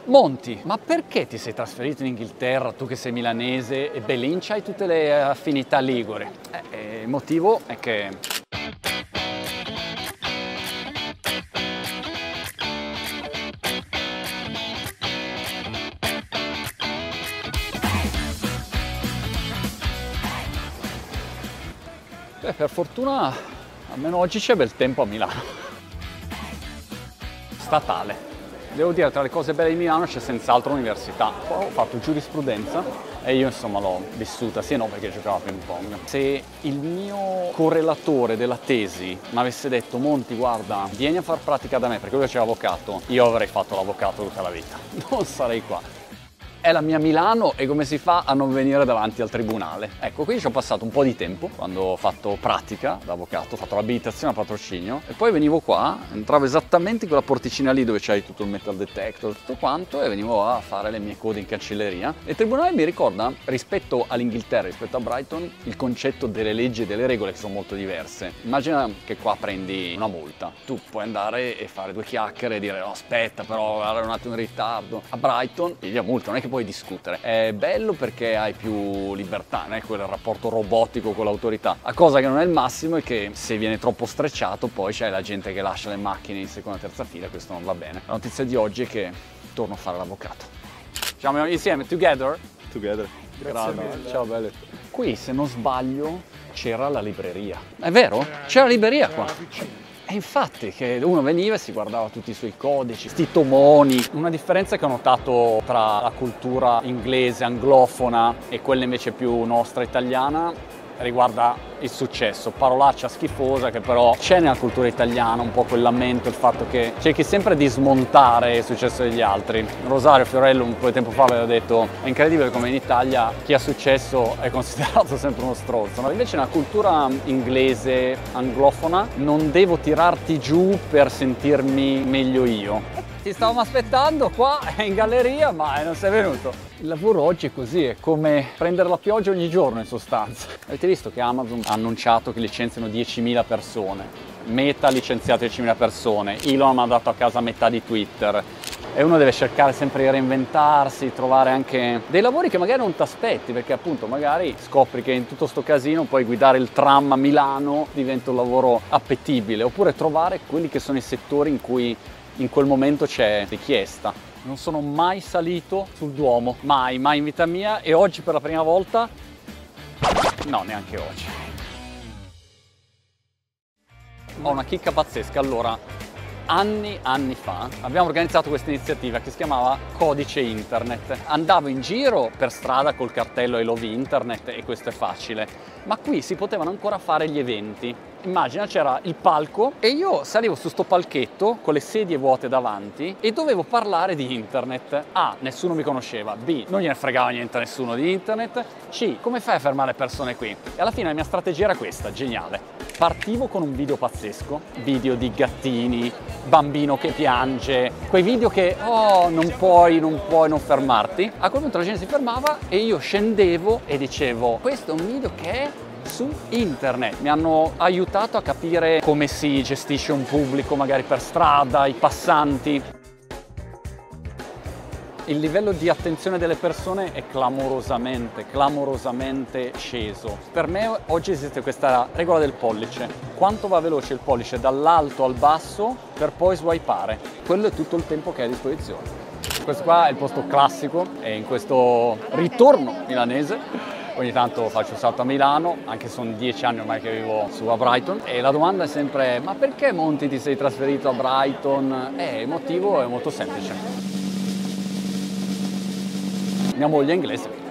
Monti, ma perché ti sei trasferito in Inghilterra, tu che sei milanese e Belin c'hai tutte le affinità liguri? Il motivo è che per fortuna almeno oggi c'è bel tempo a Milano. Statale. Devo dire, tra le cose belle di Milano c'è senz'altro l'università. Poi ho fatto giurisprudenza e io insomma l'ho vissuta, sì e no perché giocavo a ping pong. Se il mio correlatore della tesi mi avesse detto Monti guarda vieni a far pratica da me perché lui faceva avvocato, io avrei fatto l'avvocato tutta la vita, non sarei qua. È la mia Milano e come si fa a non venire davanti al tribunale? Ecco, qui ci ho passato un po' di tempo quando ho fatto pratica da avvocato, ho fatto l'abilitazione a patrocinio e poi venivo qua, entravo esattamente in quella porticina lì dove c'hai tutto il metal detector, tutto quanto e venivo a fare le mie code in cancelleria. E il tribunale mi ricorda, rispetto all'Inghilterra, rispetto a Brighton, il concetto delle leggi e delle regole che sono molto diverse. Immagina che qua prendi una multa, tu puoi andare e fare due chiacchiere e dire no, aspetta però ero un attimo in ritardo. A Brighton piglia multa, non è che puoi discutere. È bello perché hai più libertà, non è quel rapporto robotico con l'autorità. La cosa che non è il massimo è che se viene troppo strecciato poi c'è la gente che lascia le macchine in seconda e terza fila, questo non va bene. La notizia di oggi è che torno a fare l'avvocato. Siamo insieme, together? Together. Grazie. Ciao bello. Qui se non sbaglio c'era la libreria. È vero? C'è la libreria qua. E infatti che uno veniva e si guardava tutti i suoi codici, sti tomoni. Una differenza che ho notato tra la cultura inglese, anglofona e quella invece più nostra italiana riguarda il successo, parolaccia schifosa che però c'è nella cultura italiana un po' quel lamento, il fatto che cerchi sempre di smontare il successo degli altri. Rosario Fiorello un po' di tempo fa aveva detto è incredibile come in Italia chi ha successo è considerato sempre uno stronzo, no? Invece nella cultura inglese, anglofona, non devo tirarti giù per sentirmi meglio io. Ti stavamo aspettando qua in galleria ma non sei venuto. Il lavoro oggi è così, è come prendere la pioggia ogni giorno in sostanza. Avete visto che Amazon ha annunciato che licenziano 10.000 persone, Meta ha licenziato 10.000 persone, Elon ha mandato a casa metà di Twitter e uno deve cercare sempre di reinventarsi, trovare anche dei lavori che magari non ti aspetti perché appunto magari scopri che in tutto sto casino poi guidare il tram a Milano diventa un lavoro appetibile oppure trovare quelli che sono i settori in cui in quel momento c'è richiesta. Non sono mai salito sul Duomo, mai in vita mia e oggi per la prima volta, no neanche oggi. Ho una chicca pazzesca, allora anni fa abbiamo organizzato questa iniziativa che si chiamava Codice Internet. Andavo in giro per strada col cartello I love internet e questo è facile, ma qui si potevano ancora fare gli eventi. Immagina c'era il palco e io salivo su sto palchetto con le sedie vuote davanti e dovevo parlare di internet. A, nessuno mi conosceva, B, non gliene fregava niente a nessuno di internet, C, come fai a fermare le persone qui? E alla fine la mia strategia era questa, geniale. Partivo con un video pazzesco, video di gattini, bambino che piange, quei video che non puoi non fermarti. A quel punto la gente si fermava e io scendevo e dicevo questo è un video che è su internet. Mi hanno aiutato a capire come si gestisce un pubblico magari per strada, i passanti. Il livello di attenzione delle persone è clamorosamente sceso. Per me oggi esiste questa regola del pollice. Quanto va veloce il pollice dall'alto al basso per poi swipeare. Quello è tutto il tempo che hai a disposizione. Questo qua è il posto classico e in questo ritorno milanese ogni tanto faccio un salto a Milano, anche se sono 10 anni ormai che vivo su a Brighton. E la domanda è sempre, ma perché Monti ti sei trasferito a Brighton? Il motivo è molto semplice. Mia moglie è inglese.